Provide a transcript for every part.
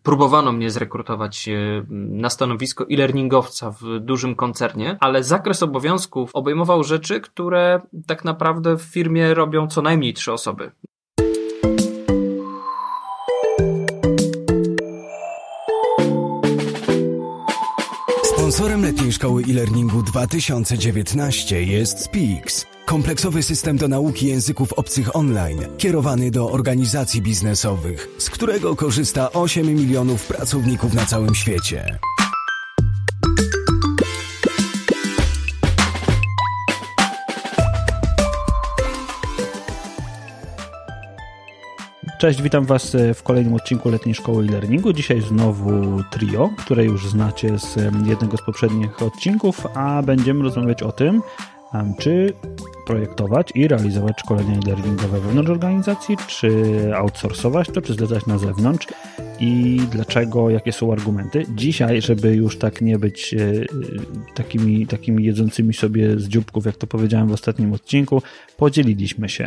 próbowano mnie zrekrutować na stanowisko e-learningowca w dużym koncernie, ale zakres obowiązków obejmował rzeczy, które tak naprawdę w firmie robią co najmniej 3 osoby. Sponsorem letniej szkoły e-learningu 2019 jest Speaks. Kompleksowy system do nauki języków obcych online, kierowany do organizacji biznesowych, z którego korzysta 8 milionów pracowników na całym świecie. Cześć, witam Was w kolejnym odcinku Letniej Szkoły e-learningu. Dzisiaj znowu trio, które już znacie z jednego z poprzednich odcinków, a będziemy rozmawiać o tym, czy projektować i realizować szkolenia e-learningowe wewnątrz organizacji, czy outsourcować to, czy zlecać na zewnątrz i dlaczego, jakie są argumenty. Dzisiaj, żeby już tak nie być takimi jedzącymi sobie z dzióbków, jak to powiedziałem w ostatnim odcinku, podzieliliśmy się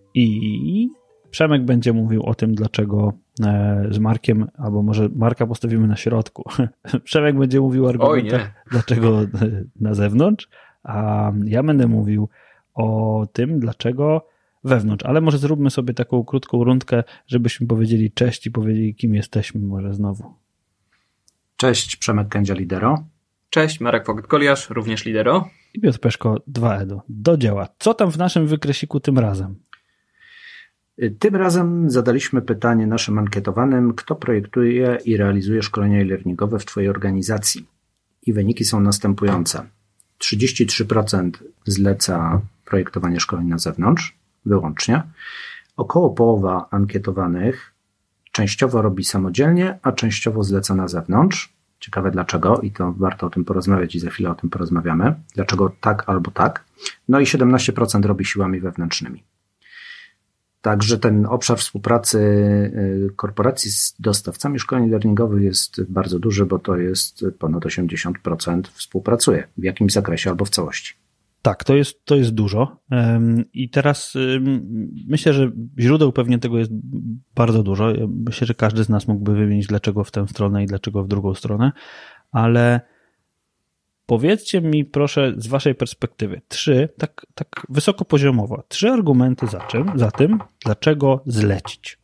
i Przemek będzie mówił o tym, dlaczego z Markiem, albo może Marka postawimy na środku. Przemek będzie mówił o argumentach, dlaczego na zewnątrz, a ja będę mówił o tym, dlaczego wewnątrz. Ale może zróbmy sobie taką krótką rundkę, żebyśmy powiedzieli cześć i powiedzieli, kim jesteśmy może znowu. Cześć, Przemek Kędzia, Lidero. Cześć, Marek Fogyt-Koliarz, również Lidero. I Piotr Peszko, 2EDO. Do dzieła. Co tam w naszym wykresiku tym razem? Tym razem zadaliśmy pytanie naszym ankietowanym, kto projektuje i realizuje szkolenia e-learningowe w Twojej organizacji. I wyniki są następujące. 33% zleca projektowanie szkoleń na zewnątrz, wyłącznie. Około połowa ankietowanych częściowo robi samodzielnie, a częściowo zleca na zewnątrz. Ciekawe dlaczego i to warto o tym porozmawiać i za chwilę o tym porozmawiamy. Dlaczego tak albo tak. No i 17% robi siłami wewnętrznymi. Także ten obszar współpracy korporacji z dostawcami szkoleń learningowych jest bardzo duży, bo to jest ponad 80% współpracuje w jakimś zakresie albo w całości. Tak, to jest dużo i teraz myślę, że źródeł pewnie tego jest bardzo dużo. Ja myślę, że każdy z nas mógłby wymienić, dlaczego w tę stronę i dlaczego w drugą stronę, ale powiedzcie mi proszę z waszej perspektywy tak wysokopoziomowo, 3 argumenty za tym, dlaczego zlecić.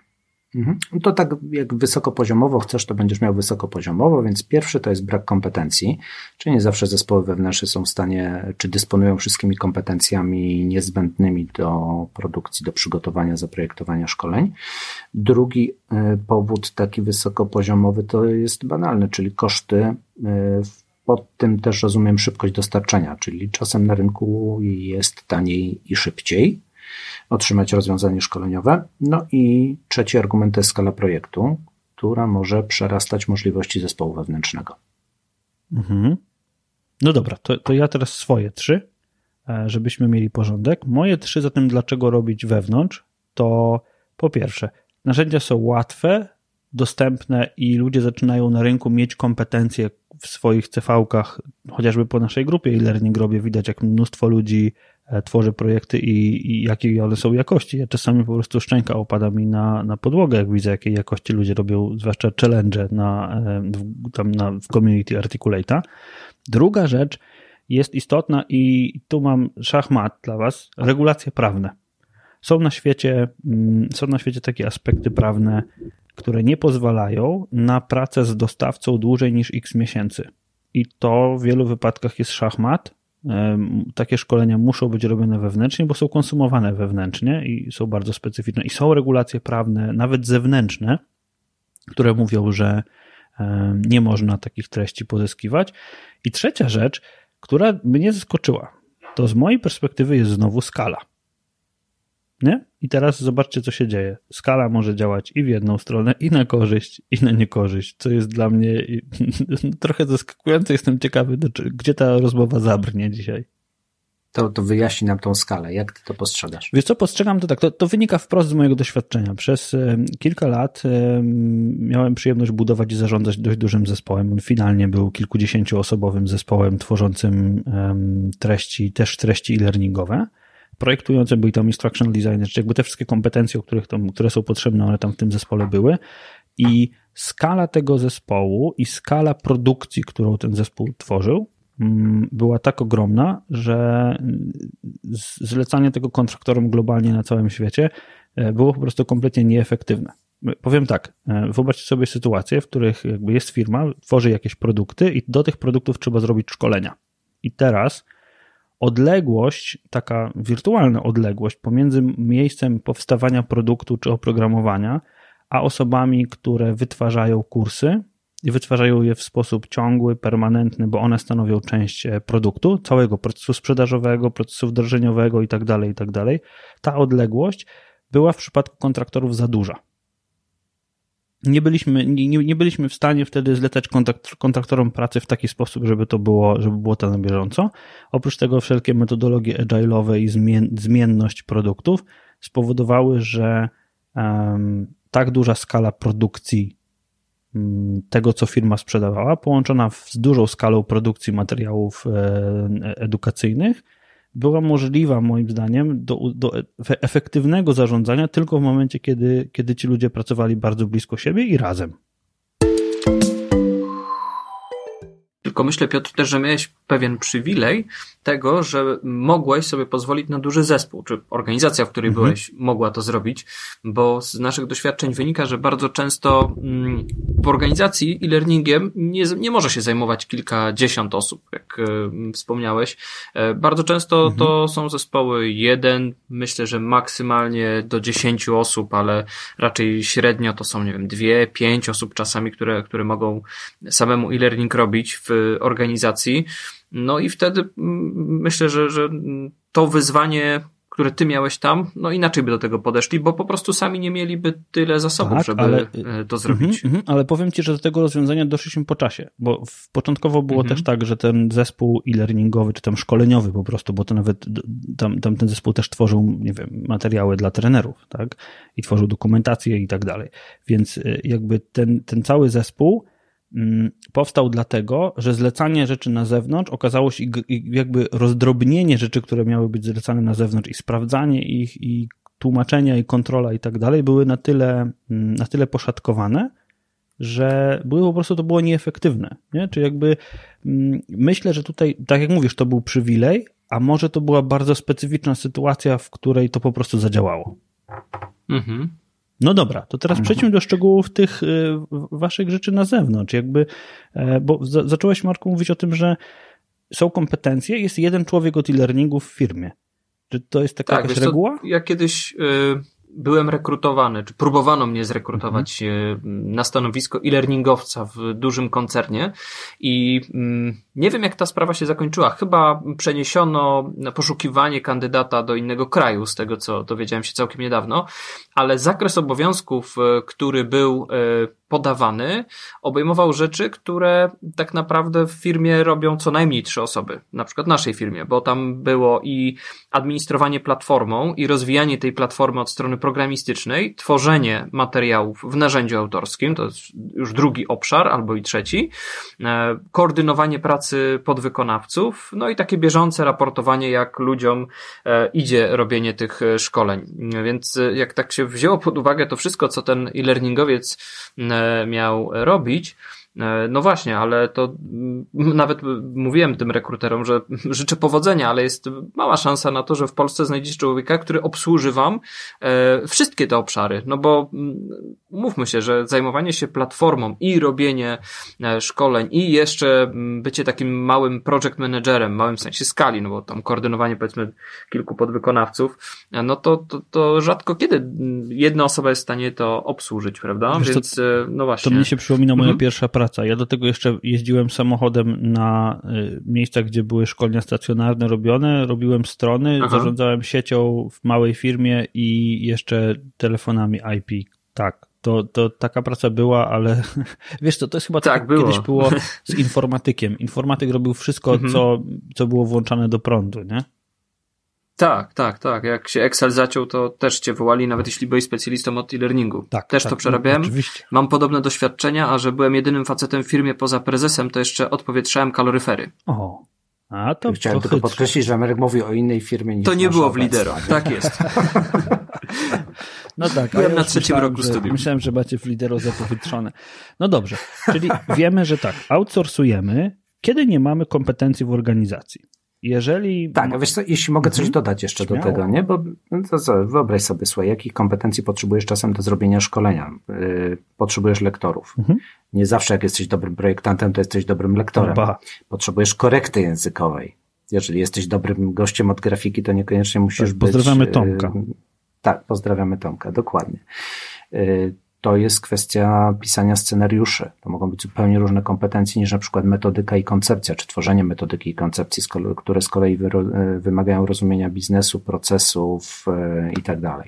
To tak jak wysokopoziomowo chcesz, to będziesz miał wysokopoziomowo, więc pierwszy to jest brak kompetencji, czyli nie zawsze zespoły wewnętrzne są w stanie, czy dysponują wszystkimi kompetencjami niezbędnymi do produkcji, do przygotowania, zaprojektowania szkoleń. Drugi powód taki wysokopoziomowy to jest banalny, czyli koszty. Pod tym też rozumiem szybkość dostarczenia, czyli czasem na rynku jest taniej i szybciej otrzymać rozwiązanie szkoleniowe. No i trzeci argument to jest skala projektu, która może przerastać możliwości zespołu wewnętrznego. No dobra, to ja teraz swoje 3, żebyśmy mieli porządek. Moje 3 za tym, dlaczego robić wewnątrz, to po pierwsze, narzędzia są łatwe, dostępne i ludzie zaczynają na rynku mieć kompetencje w swoich CV-kach, chociażby po naszej grupie e-learning robię, widać jak mnóstwo ludzi tworzy projekty i jakiej one są jakości. Ja czasami po prostu szczęka opada mi na podłogę, jak widzę, jakiej jakości ludzie robią, zwłaszcza challenge w Community Articulate'a. Druga rzecz jest istotna i tu mam szachmat dla was, regulacje prawne. Są na świecie takie aspekty prawne, które nie pozwalają na pracę z dostawcą dłużej niż x miesięcy. I to w wielu wypadkach jest szachmat. Takie szkolenia muszą być robione wewnętrznie, bo są konsumowane wewnętrznie i są bardzo specyficzne. I są regulacje prawne, nawet zewnętrzne, które mówią, że nie można takich treści pozyskiwać. I trzecia rzecz, która mnie zaskoczyła, to z mojej perspektywy jest znowu skala. Nie? I teraz zobaczcie, co się dzieje. Skala może działać i w jedną stronę, i na korzyść, i na niekorzyść, co jest dla mnie trochę zaskakujące. Jestem ciekawy, gdzie ta rozmowa zabrnie dzisiaj. To wyjaśnij nam tą skalę. Jak ty to postrzegasz? Wiesz co, postrzegam to tak. To wynika wprost z mojego doświadczenia. Przez kilka lat miałem przyjemność budować i zarządzać dość dużym zespołem. On finalnie był kilkudziesięcioosobowym zespołem tworzącym treści e-learningowe. Projektującym był tam instructional designer, czyli jakby te wszystkie kompetencje, które są potrzebne, one tam w tym zespole były. I skala tego zespołu i skala produkcji, którą ten zespół tworzył, była tak ogromna, że zlecanie tego kontraktorom globalnie na całym świecie było po prostu kompletnie nieefektywne. Powiem tak, wyobraźcie sobie sytuacje, w których jakby jest firma, tworzy jakieś produkty i do tych produktów trzeba zrobić szkolenia. I teraz odległość, taka wirtualna odległość pomiędzy miejscem powstawania produktu czy oprogramowania, a osobami, które wytwarzają kursy i wytwarzają je w sposób ciągły, permanentny, bo one stanowią część produktu, całego procesu sprzedażowego, procesu wdrożeniowego i tak dalej, ta odległość była w przypadku kontraktorów za duża. Nie byliśmy w stanie wtedy zlecać kontraktorom pracy w taki sposób, żeby było to na bieżąco. Oprócz tego wszelkie metodologie agile'owe i zmienność produktów spowodowały, że tak duża skala produkcji tego, co firma sprzedawała, połączona z dużą skalą produkcji materiałów edukacyjnych, była możliwa moim zdaniem do efektywnego zarządzania tylko w momencie, kiedy ci ludzie pracowali bardzo blisko siebie i razem. Tylko myślę, Piotr, też, że miałeś pewien przywilej tego, że mogłeś sobie pozwolić na duży zespół, czy organizacja, w której byłeś, mogła to zrobić, bo z naszych doświadczeń wynika, że bardzo często w organizacji e-learningiem nie może się zajmować kilkadziesiąt osób, jak wspomniałeś. Bardzo często to są zespoły 1, myślę, że maksymalnie do 10 osób, ale raczej średnio to są, 2, 5 osób czasami, które mogą samemu e-learning robić w organizacji. No i wtedy myślę, że to wyzwanie, które ty miałeś tam, inaczej by do tego podeszli, bo po prostu sami nie mieliby tyle zasobów, żeby to zrobić. Ale powiem ci, że do tego rozwiązania doszliśmy po czasie, bo początkowo było też tak, że ten zespół e-learningowy, czy tam szkoleniowy po prostu, bo to nawet tam ten zespół też tworzył, materiały dla trenerów, tak? I tworzył dokumentację i tak dalej. Więc jakby ten cały zespół powstał dlatego, że zlecanie rzeczy na zewnątrz okazało się jakby rozdrobnienie rzeczy, które miały być zlecane na zewnątrz i sprawdzanie ich i tłumaczenia i kontrola i tak dalej były na tyle poszatkowane, że to było nieefektywne. Nie? Czyli jakby myślę, że tutaj, tak jak mówisz, to był przywilej, a może to była bardzo specyficzna sytuacja, w której to po prostu zadziałało. No dobra, to teraz przejdźmy do szczegółów tych waszych rzeczy na zewnątrz. Bo zacząłeś, Marku, mówić o tym, że są kompetencje, jest jeden człowiek od e-learningu w firmie. Czy to jest taka jakaś reguła? Ja kiedyś byłem rekrutowany, czy próbowano mnie zrekrutować na stanowisko e-learningowca w dużym koncernie i nie wiem, jak ta sprawa się zakończyła. Chyba przeniesiono poszukiwanie kandydata do innego kraju, z tego co dowiedziałem się całkiem niedawno, ale zakres obowiązków, który był podawany, obejmował rzeczy, które tak naprawdę w firmie robią co najmniej 3 osoby. Na przykład naszej firmie, bo tam było i administrowanie platformą i rozwijanie tej platformy od strony programistycznej, tworzenie materiałów w narzędziu autorskim, to jest już drugi obszar, albo i trzeci, koordynowanie pracy podwykonawców, i takie bieżące raportowanie, jak ludziom idzie robienie tych szkoleń. Więc jak tak się wzięło pod uwagę to wszystko, co ten e-learningowiec miał robić, no właśnie, ale to nawet mówiłem tym rekruterom, że życzę powodzenia, ale jest mała szansa na to, że w Polsce znajdziecie człowieka, który obsłuży wam wszystkie te obszary, bo umówmy się, że zajmowanie się platformą i robienie szkoleń i jeszcze bycie takim małym project managerem, małym w sensie skali, bo tam koordynowanie powiedzmy kilku podwykonawców, to rzadko kiedy jedna osoba jest w stanie to obsłużyć, prawda? Wiesz, więc no właśnie. To mnie się przypomina moja pierwsza praca. Ja do tego jeszcze jeździłem samochodem na miejscach, gdzie były szkolenia stacjonarne robione, robiłem strony, zarządzałem siecią w małej firmie i jeszcze telefonami IP. Tak, to taka praca była, ale wiesz co, to jest chyba tak kiedyś było z informatykiem. Informatyk robił wszystko, co było włączane do prądu, nie? Tak. Jak się Excel zaciął, to też cię wołali, nawet jeśli byłeś specjalistą od e-learningu. Też to przerabiałem. Oczywiście. Mam podobne doświadczenia, a że byłem jedynym facetem w firmie poza prezesem, to jeszcze odpowietrzałem kaloryfery. Chciałem tylko podkreślić, że Ameryk mówi o innej firmie niż to nie było w Lidero. Tak jest. No tak, byłem na trzecim roku studiów. Myślałem, że macie w Lideroze powytrzone. No dobrze, czyli wiemy, że tak, outsourcujemy, kiedy nie mamy kompetencji w organizacji. Jeżeli... Tak, a wiesz co, jeśli mogę coś dodać jeszcze do tego, nie? Bo wyobraź sobie, słuchaj, jakich kompetencji potrzebujesz czasem do zrobienia szkolenia. Potrzebujesz lektorów. Nie zawsze jak jesteś dobrym projektantem, to jesteś dobrym lektorem. Potrzebujesz korekty językowej. Jeżeli jesteś dobrym gościem od grafiki, to niekoniecznie musisz być... Pozdrawiamy Tomka. Tak, pozdrawiamy Tomka, dokładnie. To jest kwestia pisania scenariuszy. To mogą być zupełnie różne kompetencje niż na przykład metodyka i koncepcja, czy tworzenie metodyki i koncepcji, które z kolei wymagają rozumienia biznesu, procesów i tak dalej.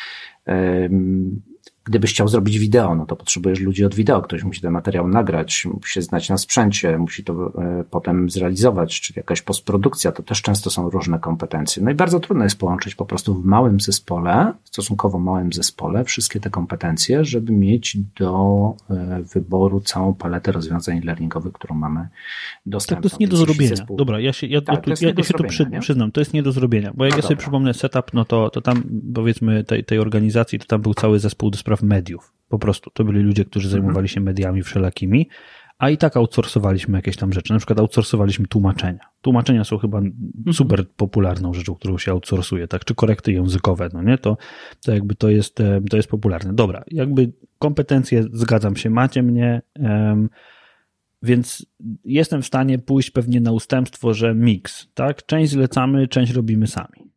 Gdybyś chciał zrobić wideo, no to potrzebujesz ludzi od wideo. Ktoś musi ten materiał nagrać, musi się znać na sprzęcie, musi to potem zrealizować, czyli jakaś postprodukcja. To też często są różne kompetencje. No i bardzo trudno jest połączyć po prostu w małym zespole, stosunkowo małym zespole, wszystkie te kompetencje, żeby mieć do wyboru całą paletę rozwiązań learningowych, którą mamy dostępną. To jest nie do zrobienia. Dobra, ja się tu przyznam, to jest nie do zrobienia, bo jak ja sobie przypomnę setup, no to tam powiedzmy tej organizacji, to tam był cały zespół do spraw mediów. Po prostu. To byli ludzie, którzy zajmowali się mediami wszelakimi, a i tak outsourcowaliśmy jakieś tam rzeczy. Na przykład outsourcowaliśmy tłumaczenia. Tłumaczenia są chyba super popularną rzeczą, którą się outsourcuje, tak? Czy korekty językowe, no nie? To jakby to jest popularne. Dobra, jakby kompetencje, zgadzam się, macie mnie, więc jestem w stanie pójść pewnie na ustępstwo, że miks, tak? Część zlecamy, część robimy sami.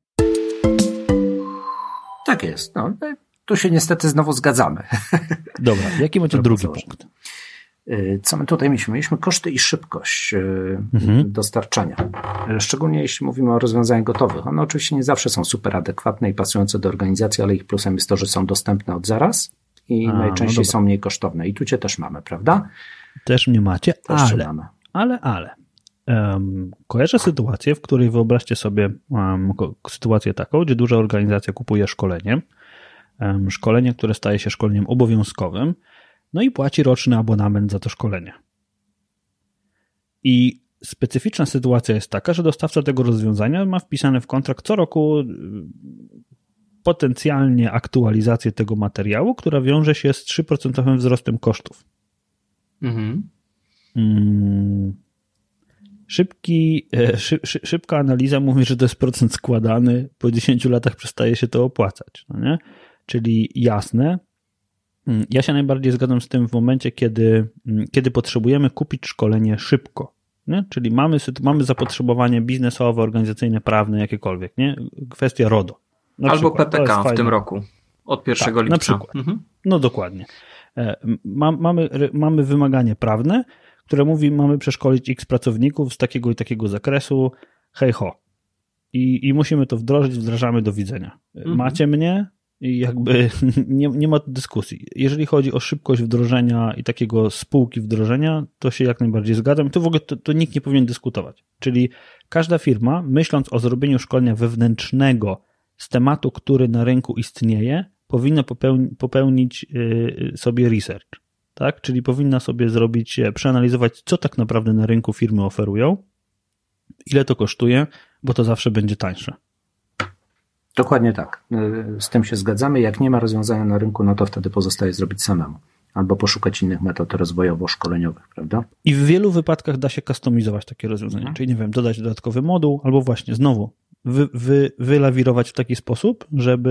Tak jest, no. Tu się niestety znowu zgadzamy. Dobra, jaki macie drugi punkt? Co my tutaj mieliśmy? Mieliśmy koszty i szybkość dostarczania. Szczególnie jeśli mówimy o rozwiązaniach gotowych. One oczywiście nie zawsze są super adekwatne i pasujące do organizacji, ale ich plusem jest to, że są dostępne od zaraz i najczęściej są mniej kosztowne. I tu cię też mamy, prawda? Też mnie macie, ale. Kojarzę sytuację, w której wyobraźcie sobie sytuację taką, gdzie duża organizacja kupuje szkolenie, które staje się szkoleniem obowiązkowym, no i płaci roczny abonament za to szkolenie. I specyficzna sytuacja jest taka, że dostawca tego rozwiązania ma wpisane w kontrakt co roku potencjalnie aktualizację tego materiału, która wiąże się z 3% wzrostem kosztów. Szybka analiza mówi, że to jest procent składany, po 10 latach przestaje się to opłacać. No nie? Czyli jasne, ja się najbardziej zgadzam z tym w momencie, kiedy potrzebujemy kupić szkolenie szybko. Nie? Czyli mamy zapotrzebowanie biznesowe, organizacyjne, prawne, jakiekolwiek. Nie? Kwestia RODO. Albo PPK w tym roku, od 1 lipca. Na przykład. No dokładnie. Mamy wymaganie prawne, które mówi, mamy przeszkolić X pracowników z takiego i takiego zakresu, hej ho. I musimy to wdrożyć, wdrażamy, do widzenia. Macie mnie i jakby nie ma dyskusji. Jeżeli chodzi o szybkość wdrożenia i takiego spółki wdrożenia, to się jak najbardziej zgadzam i to w ogóle to nikt nie powinien dyskutować. Czyli każda firma, myśląc o zrobieniu szkolenia wewnętrznego z tematu, który na rynku istnieje, powinna popełnić sobie research. Tak? Czyli powinna sobie przeanalizować, co tak naprawdę na rynku firmy oferują, ile to kosztuje, bo to zawsze będzie tańsze. Dokładnie tak. Z tym się zgadzamy. Jak nie ma rozwiązania na rynku, no to wtedy pozostaje zrobić samemu. Albo poszukać innych metod rozwojowo-szkoleniowych, prawda? I w wielu wypadkach da się kustomizować takie rozwiązania. Czyli, nie wiem, dodać dodatkowy moduł, albo właśnie znowu wylawirować w taki sposób,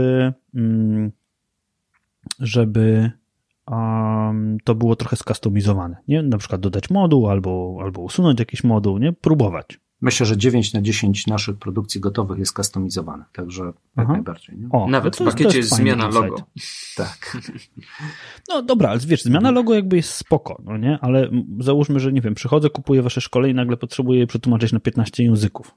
żeby to było trochę skustomizowane. Nie? Na przykład dodać moduł, albo usunąć jakiś moduł, nie? Próbować. Myślę, że 9 na 10 naszych produkcji gotowych jest kustomizowanych, także jak najbardziej. Nie? Nawet w pakiecie jest zmiana logo. Tak. No dobra, ale wiesz, zmiana logo jakby jest spoko, no nie? Ale załóżmy, że nie wiem, przychodzę, kupuję wasze szkolenie i nagle potrzebuję je przetłumaczyć na 15 języków.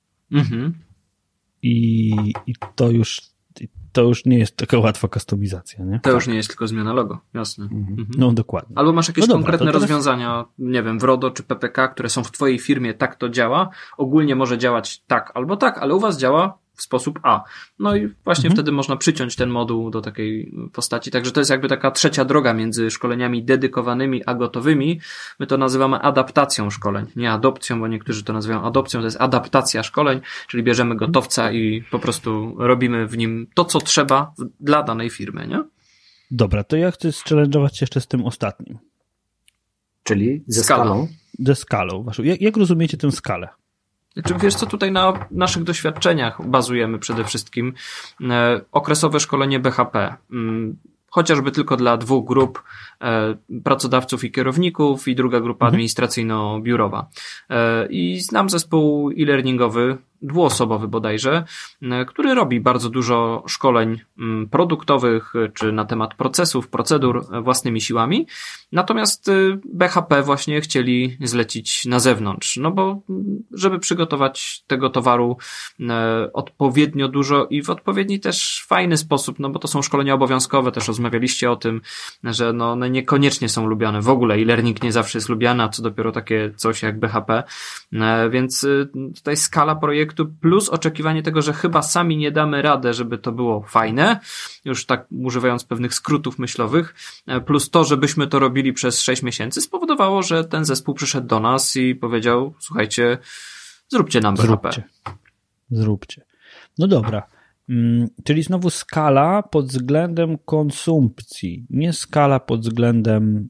I to już nie jest taka łatwa kustomizacja, nie? To już nie jest tylko zmiana logo, jasne. No dokładnie. Albo masz jakieś konkretne rozwiązania, nie wiem, w RODO czy PPK, które są w twojej firmie, tak to działa. Ogólnie może działać tak albo tak, ale u was działa w sposób A. No i właśnie wtedy można przyciąć ten moduł do takiej postaci. Także to jest jakby taka trzecia droga między szkoleniami dedykowanymi a gotowymi. My to nazywamy adaptacją szkoleń. Nie adopcją, bo niektórzy to nazywają adopcją. To jest adaptacja szkoleń, czyli bierzemy gotowca i po prostu robimy w nim to, co trzeba dla danej firmy, nie? Dobra, to ja chcę challenge'ować jeszcze z tym ostatnim. Czyli ze skalą? Ze skalą. Jak rozumiecie tę skalę? Znaczy, wiesz co, tutaj na naszych doświadczeniach bazujemy przede wszystkim. Okresowe szkolenie BHP. Chociażby tylko dla 2 grup pracodawców i kierowników i druga grupa administracyjno-biurowa. I znam zespół e-learningowy, 2-osobowy bodajże, który robi bardzo dużo szkoleń produktowych czy na temat procesów, procedur własnymi siłami. Natomiast BHP właśnie chcieli zlecić na zewnątrz, no bo żeby przygotować tego towaru odpowiednio dużo i w odpowiedni też fajny sposób, no bo to są szkolenia obowiązkowe, też rozmawialiście o tym, że no one niekoniecznie są lubiane. W ogóle e-learning nie zawsze jest lubiany, a co dopiero takie coś jak BHP. Więc tutaj skala projektu plus oczekiwanie tego, że chyba sami nie damy radę, żeby to było fajne, już tak używając pewnych skrótów myślowych, plus to, żebyśmy to robili przez 6 miesięcy, spowodowało, że ten zespół przyszedł do nas i powiedział, słuchajcie, zróbcie nam BHP. Zróbcie. No dobra. Czyli znowu skala pod względem konsumpcji, nie skala pod względem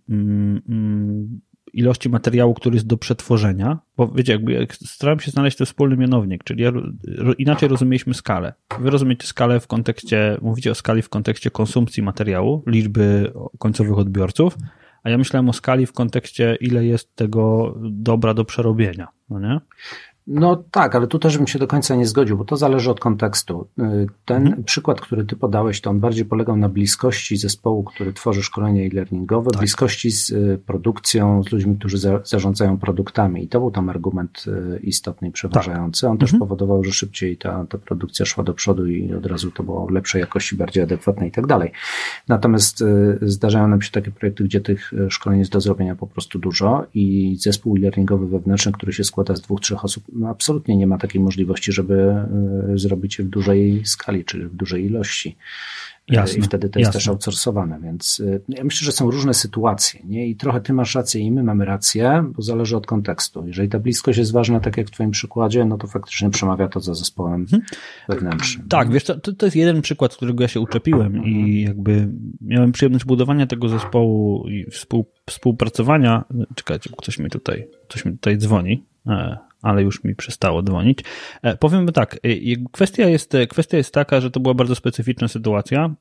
ilości materiału, który jest do przetworzenia, bo wiecie, staram się znaleźć ten wspólny mianownik, czyli inaczej rozumieliśmy skalę. Wy rozumiecie skalę w kontekście, mówicie o skali w kontekście konsumpcji materiału, liczby końcowych odbiorców, a ja myślałem o skali w kontekście, ile jest tego dobra do przerobienia, no nie? No tak, ale tu też bym się do końca nie zgodził, bo to zależy od kontekstu. Ten przykład, który ty podałeś, to on bardziej polegał na bliskości zespołu, który tworzy szkolenia e-learningowe, tak. Bliskości z produkcją, z ludźmi, którzy zarządzają produktami. I to był tam argument istotny i przeważający. On też powodował, że szybciej ta produkcja szła do przodu i od razu to było lepszej jakości, bardziej adekwatne i tak dalej. Natomiast zdarzają nam się takie projekty, gdzie tych szkoleń jest do zrobienia po prostu dużo i zespół e-learningowy wewnętrzny, który się składa z 2-3 osób, no absolutnie nie ma takiej możliwości, żeby zrobić je w dużej skali, czyli w dużej ilości. Jasne, i wtedy to jest też outsourcowane, więc ja myślę, że są różne sytuacje, nie? I trochę ty masz rację i my mamy rację, bo zależy od kontekstu. Jeżeli ta bliskość jest ważna, tak jak w twoim przykładzie, no to faktycznie przemawia to za zespołem wewnętrznym. Tak, wiesz, to jest jeden przykład, z którego ja się uczepiłem i jakby miałem przyjemność budowania tego zespołu i współpracowania. Czekajcie, ktoś mi tutaj dzwoni. Ale już mi przestało dzwonić. Powiem tak, kwestia jest taka, że to była bardzo specyficzna sytuacja.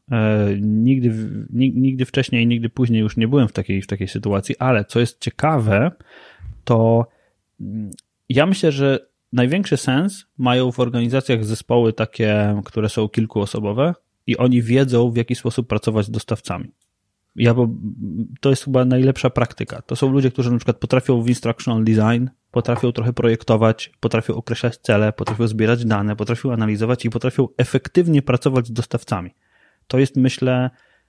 Nigdy wcześniej, nigdy później już nie byłem w takiej sytuacji, ale co jest ciekawe, to ja myślę, że największy sens mają w organizacjach zespoły takie, które są kilkuosobowe i oni wiedzą, w jaki sposób pracować z dostawcami. To jest chyba najlepsza praktyka. To są ludzie, którzy na przykład potrafią w instructional design, potrafią trochę projektować, potrafią określać cele, potrafią zbierać dane, potrafią analizować i potrafią efektywnie pracować z dostawcami. To jest, myślę,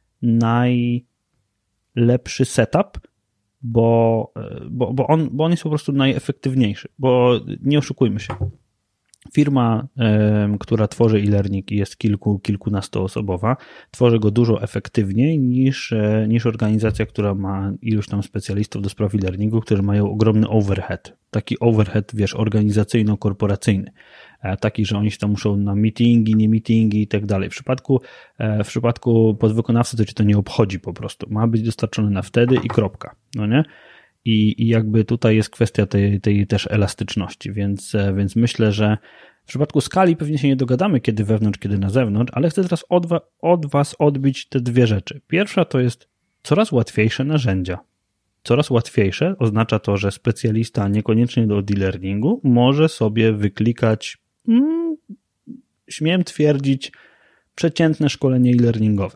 najlepszy setup, bo on jest po prostu najefektywniejszy, bo nie oszukujmy się. Firma, która tworzy e-learning i jest kilkunastoosobowa, tworzy go dużo efektywniej niż organizacja, która ma iluś tam specjalistów do spraw e-learningu, którzy mają ogromny overhead. Taki overhead, wiesz, organizacyjno-korporacyjny. Taki, że oni się tam muszą na meetingi, nie meetingi i tak dalej. W przypadku podwykonawcy to cię to nie obchodzi po prostu. Ma być dostarczone na wtedy i kropka. No nie? I jakby tutaj jest kwestia tej też elastyczności, więc myślę, że w przypadku skali pewnie się nie dogadamy, kiedy wewnątrz, kiedy na zewnątrz, ale chcę teraz od was odbić te dwie rzeczy. Pierwsza to jest coraz łatwiejsze narzędzia. Coraz łatwiejsze oznacza to, że specjalista niekoniecznie do e-learningu może sobie wyklikać, śmiem twierdzić, przeciętne szkolenie e-learningowe.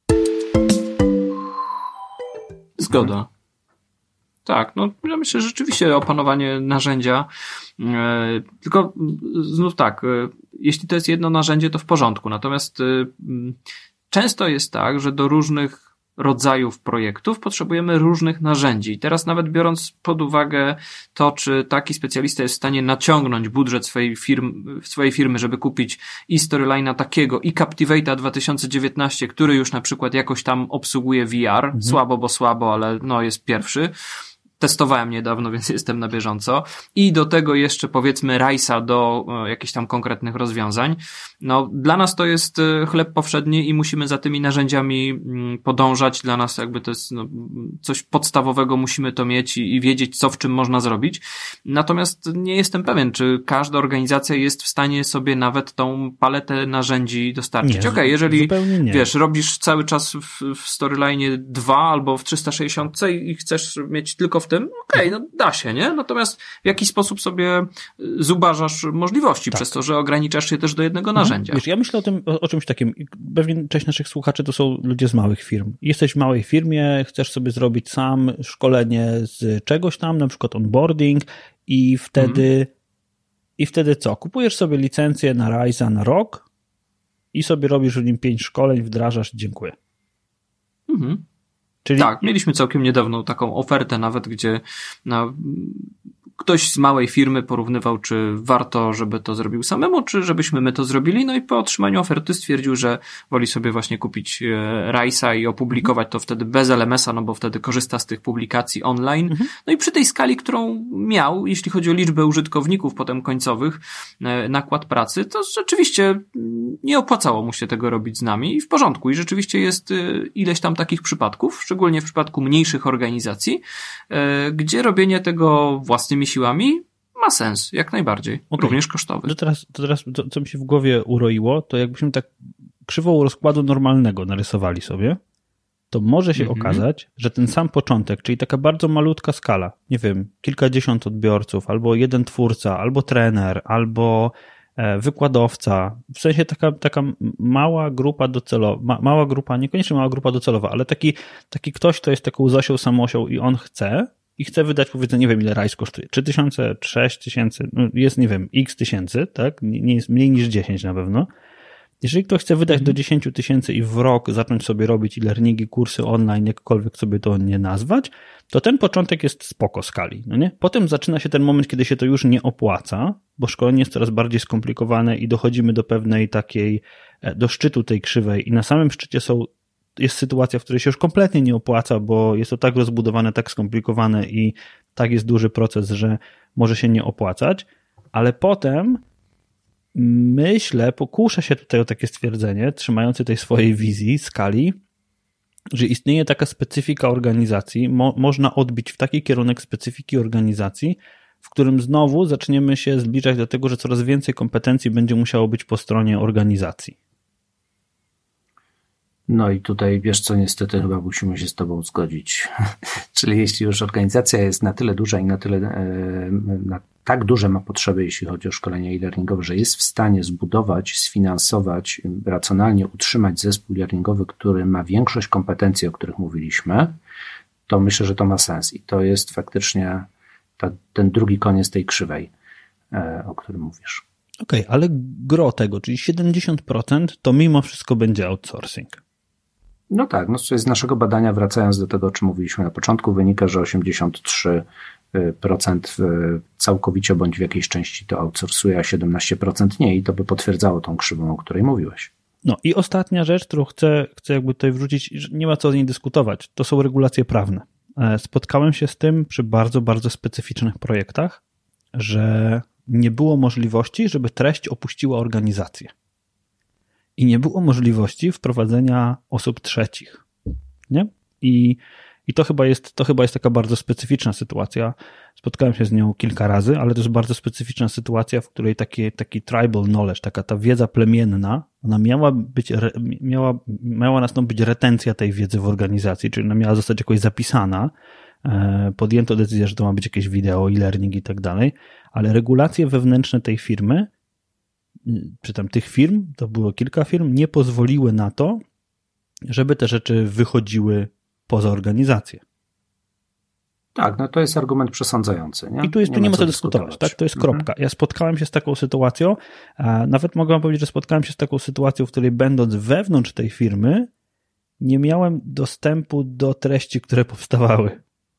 Zgoda. Tak, no ja myślę, że rzeczywiście opanowanie narzędzia, tylko znów tak, jeśli to jest jedno narzędzie, to w porządku, natomiast często jest tak, że do różnych rodzajów projektów potrzebujemy różnych narzędzi. I teraz nawet biorąc pod uwagę to, czy taki specjalista jest w stanie naciągnąć budżet swojej firmy, żeby kupić i Storyline'a takiego, i Captivate'a 2019, który już na przykład jakoś tam obsługuje VR, słabo, bo słabo, ale no jest pierwszy. Testowałem niedawno, więc jestem na bieżąco. I do tego jeszcze powiedzmy Rice'a do jakichś tam konkretnych rozwiązań. No, dla nas to jest chleb powszedni i musimy za tymi narzędziami podążać. Dla nas jakby to jest coś podstawowego, musimy to mieć i wiedzieć, co w czym można zrobić. Natomiast nie jestem pewien, czy każda organizacja jest w stanie sobie nawet tą paletę narzędzi dostarczyć. Okej, jeżeli wiesz, robisz cały czas w Storyline 2 albo w 360 i chcesz mieć tylko w tym, no da się, nie? Natomiast w jaki sposób sobie zubażasz możliwości przez to, że ograniczasz się też do jednego narzędzia. Wiesz, ja myślę o czymś takim. Pewnie część naszych słuchaczy to są ludzie z małych firm. Jesteś w małej firmie, chcesz sobie zrobić sam szkolenie z czegoś tam, na przykład onboarding i wtedy co? Kupujesz sobie licencję na Rise'a na rok i sobie robisz w nim 5 szkoleń, wdrażasz, dziękuję. Czyli... Tak, mieliśmy całkiem niedawno taką ofertę nawet, gdzie ktoś z małej firmy porównywał, czy warto, żeby to zrobił samemu, czy żebyśmy my to zrobili, no i po otrzymaniu oferty stwierdził, że woli sobie właśnie kupić Rice'a i opublikować to wtedy bez LMS-a, no bo wtedy korzysta z tych publikacji online. No i przy tej skali, którą miał, jeśli chodzi o liczbę użytkowników potem końcowych, nakład pracy, to rzeczywiście nie opłacało mu się tego robić z nami i w porządku. I rzeczywiście jest ileś tam takich przypadków, szczególnie w przypadku mniejszych organizacji, gdzie robienie tego własnymi siłami ma sens, jak najbardziej, również kosztowy. To teraz, co mi się w głowie uroiło, to jakbyśmy tak krzywą rozkładu normalnego narysowali sobie, to może się okazać, że ten sam początek, czyli taka bardzo malutka skala, nie wiem, kilkadziesiąt odbiorców, albo jeden twórca, albo trener, albo wykładowca, w sensie taka mała grupa docelowa, mała grupa, niekoniecznie mała grupa docelowa, ale taki ktoś, kto jest taką Zosią Samosią i on chce wydać, powiedzmy, nie wiem ile Rise kosztuje, 3000, 6000, no jest, nie wiem, x tysięcy, tak? Nie jest mniej niż 10 na pewno. Jeżeli ktoś chce wydać do 10 000 i w rok zacząć sobie robić e-learningi, kursy online, jakkolwiek sobie to nie nazwać, to ten początek jest spoko skali, no nie? Potem zaczyna się ten moment, kiedy się to już nie opłaca, bo szkolenie jest coraz bardziej skomplikowane i dochodzimy do pewnej takiej, do szczytu tej krzywej i na samym szczycie jest sytuacja, w której się już kompletnie nie opłaca, bo jest to tak rozbudowane, tak skomplikowane i tak jest duży proces, że może się nie opłacać, ale potem myślę, pokuszę się tutaj o takie stwierdzenie, trzymające tej swojej wizji, skali, że istnieje taka specyfika organizacji, można odbić w taki kierunek specyfiki organizacji, w którym znowu zaczniemy się zbliżać do tego, że coraz więcej kompetencji będzie musiało być po stronie organizacji. No i tutaj wiesz co, niestety chyba musimy się z tobą zgodzić. Czyli jeśli już organizacja jest na tyle duża i tak duże ma potrzeby, jeśli chodzi o szkolenia e-learningowe, że jest w stanie zbudować, sfinansować, racjonalnie utrzymać zespół e-learningowy, który ma większość kompetencji, o których mówiliśmy, to myślę, że to ma sens. I to jest faktycznie ten drugi koniec tej krzywej, o którym mówisz. Okej, ale gro tego, czyli 70%, to mimo wszystko będzie outsourcing. No tak, no z naszego badania, wracając do tego, o czym mówiliśmy na początku, wynika, że 83% całkowicie bądź w jakiejś części to outsourcuje, a 17% nie i to by potwierdzało tą krzywą, o której mówiłeś. No i ostatnia rzecz, którą chcę jakby tutaj wrzucić, że nie ma co o niej dyskutować, to są regulacje prawne. Spotkałem się z tym przy bardzo, bardzo specyficznych projektach, że nie było możliwości, żeby treść opuściła organizację. I nie było możliwości wprowadzenia osób trzecich. Nie? I to chyba jest taka bardzo specyficzna sytuacja. Spotkałem się z nią kilka razy, ale to jest bardzo specyficzna sytuacja, w której taki tribal knowledge, ta wiedza plemienna, ona miała nastąpić retencja tej wiedzy w organizacji, czyli ona miała zostać jakoś zapisana. Podjęto decyzję, że to ma być jakieś wideo, e-learning i tak dalej, ale regulacje wewnętrzne tej firmy, czy tam tych firm, to było kilka firm, nie pozwoliły na to, żeby te rzeczy wychodziły poza organizację. Tak, no to jest argument przesądzający. Nie? I tu nie ma co dyskutować, tak? To jest kropka. Ja spotkałem się z taką sytuacją, nawet mogę powiedzieć, że spotkałem się z taką sytuacją, w której będąc wewnątrz tej firmy, nie miałem dostępu do treści, które powstawały.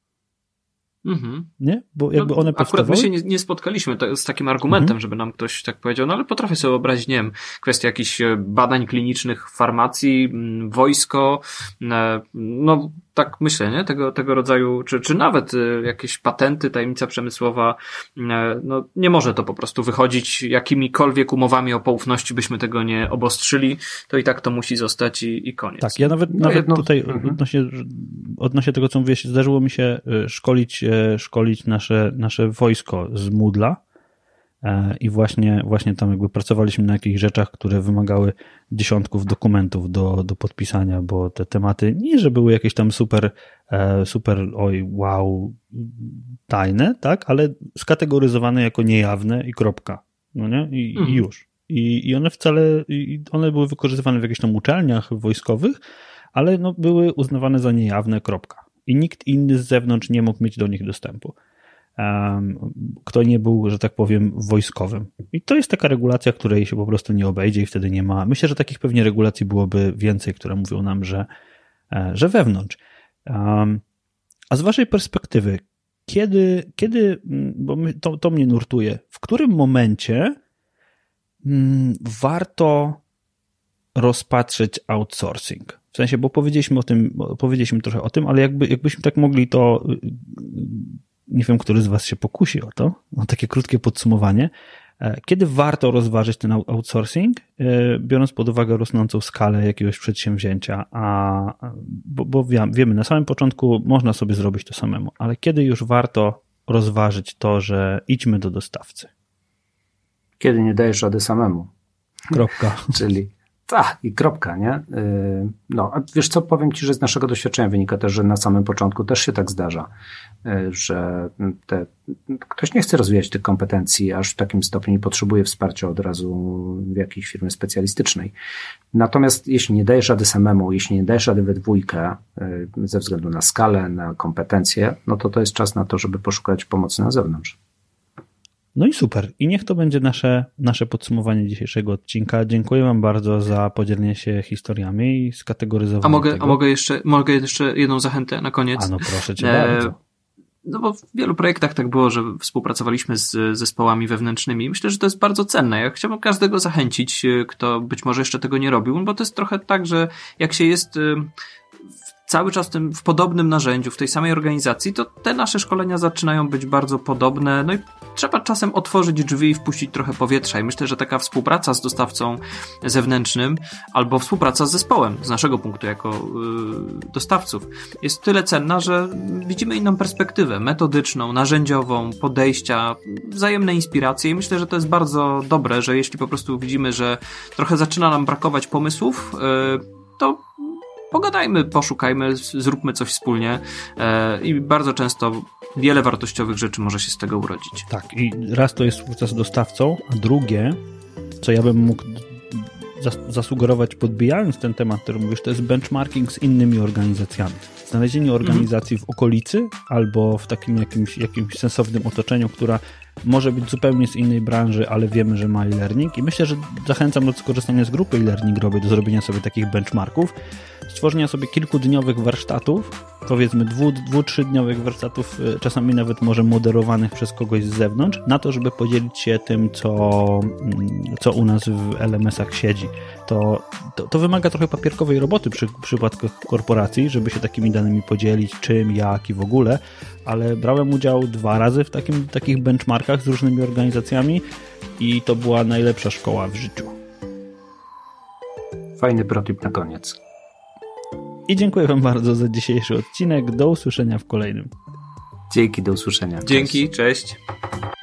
Nie? Bo jakby one powstawały... Akurat my się nie spotkaliśmy z takim argumentem, żeby nam ktoś tak powiedział, no ale potrafię sobie wyobrazić, nie wiem, kwestia jakichś badań klinicznych w farmacji, wojsko, no tak myślę, nie? Tego rodzaju, czy nawet jakieś patenty, tajemnica przemysłowa, no nie może to po prostu wychodzić jakimikolwiek umowami o poufności byśmy tego nie obostrzyli, to i tak to musi zostać i koniec. Tak, ja nawet tutaj odnośnie tego, co mówiłeś, zdarzyło mi się szkolić nasze wojsko z Moodla i właśnie tam jakby pracowaliśmy na jakichś rzeczach, które wymagały dziesiątków dokumentów do podpisania, bo te tematy nie, że były jakieś tam super tajne, tak, ale skategoryzowane jako niejawne i kropka, no nie? I już. I one były wykorzystywane w jakichś tam uczelniach wojskowych, ale no były uznawane za niejawne, kropka. I nikt inny z zewnątrz nie mógł mieć do nich dostępu. Kto nie był, że tak powiem, wojskowym. I to jest taka regulacja, której się po prostu nie obejdzie i wtedy nie ma. Myślę, że takich pewnie regulacji byłoby więcej, które mówią nam, że wewnątrz. A z waszej perspektywy, kiedy bo to mnie nurtuje, w którym momencie warto rozpatrzeć outsourcing? W sensie, bo powiedzieliśmy trochę o tym, ale jakbyśmy tak mogli to, nie wiem, który z was się pokusi o to, o takie krótkie podsumowanie, kiedy warto rozważyć ten outsourcing, biorąc pod uwagę rosnącą skalę jakiegoś przedsięwzięcia, bo wiemy, na samym początku można sobie zrobić to samemu, ale kiedy już warto rozważyć to, że idźmy do dostawcy? Kiedy nie dajesz rady samemu. Kropka. Czyli tak, i kropka, nie? No, a wiesz co, powiem ci, że z naszego doświadczenia wynika też, że na samym początku też się tak zdarza, że ktoś nie chce rozwijać tych kompetencji aż w takim stopniu i potrzebuje wsparcia od razu w jakiejś firmie specjalistycznej. Natomiast jeśli nie dajesz rady samemu, jeśli nie dajesz rady we dwójkę ze względu na skalę, na kompetencje, no to jest czas na to, żeby poszukać pomocy na zewnątrz. No i super. I niech to będzie nasze podsumowanie dzisiejszego odcinka. Dziękuję wam bardzo za podzielenie się historiami i skategoryzowanie tego. Mogę jeszcze jedną zachętę na koniec? No proszę cię bardzo. No bo w wielu projektach tak było, że współpracowaliśmy z zespołami wewnętrznymi. Myślę, że to jest bardzo cenne. Ja chciałbym każdego zachęcić, kto być może jeszcze tego nie robił, bo to jest trochę tak, że jak się jest cały czas w podobnym narzędziu, w tej samej organizacji, to te nasze szkolenia zaczynają być bardzo podobne, no i trzeba czasem otworzyć drzwi i wpuścić trochę powietrza i myślę, że taka współpraca z dostawcą zewnętrznym albo współpraca z zespołem, z naszego punktu jako dostawców, jest tyle cenna, że widzimy inną perspektywę metodyczną, narzędziową, podejścia, wzajemne inspiracje i myślę, że to jest bardzo dobre, że jeśli po prostu widzimy, że trochę zaczyna nam brakować pomysłów, to pogadajmy, poszukajmy, zróbmy coś wspólnie i bardzo często wiele wartościowych rzeczy może się z tego urodzić. Tak, i raz to jest współpraca z dostawcą, a drugie, co ja bym mógł zasugerować podbijając ten temat, który mówisz, to jest benchmarking z innymi organizacjami. Znalezienie organizacji w okolicy albo w takim jakimś sensownym otoczeniu, która może być zupełnie z innej branży, ale wiemy, że ma e-learning i myślę, że zachęcam do skorzystania z grupy e-learningowej, do zrobienia sobie takich benchmarków, stworzenia sobie kilkudniowych warsztatów, powiedzmy 2-3 dniowych warsztatów, czasami nawet może moderowanych przez kogoś z zewnątrz, na to, żeby podzielić się tym, co u nas w LMS-ach siedzi. To wymaga trochę papierkowej roboty przy przypadkach korporacji, żeby się takimi danymi podzielić, czym, jak i w ogóle, ale brałem udział 2 razy w takich benchmarkach z różnymi organizacjami i to była najlepsza szkoła w życiu. Fajny protip na koniec. I dziękuję wam bardzo za dzisiejszy odcinek. Do usłyszenia w kolejnym. Dzięki, do usłyszenia. Dzięki, cześć.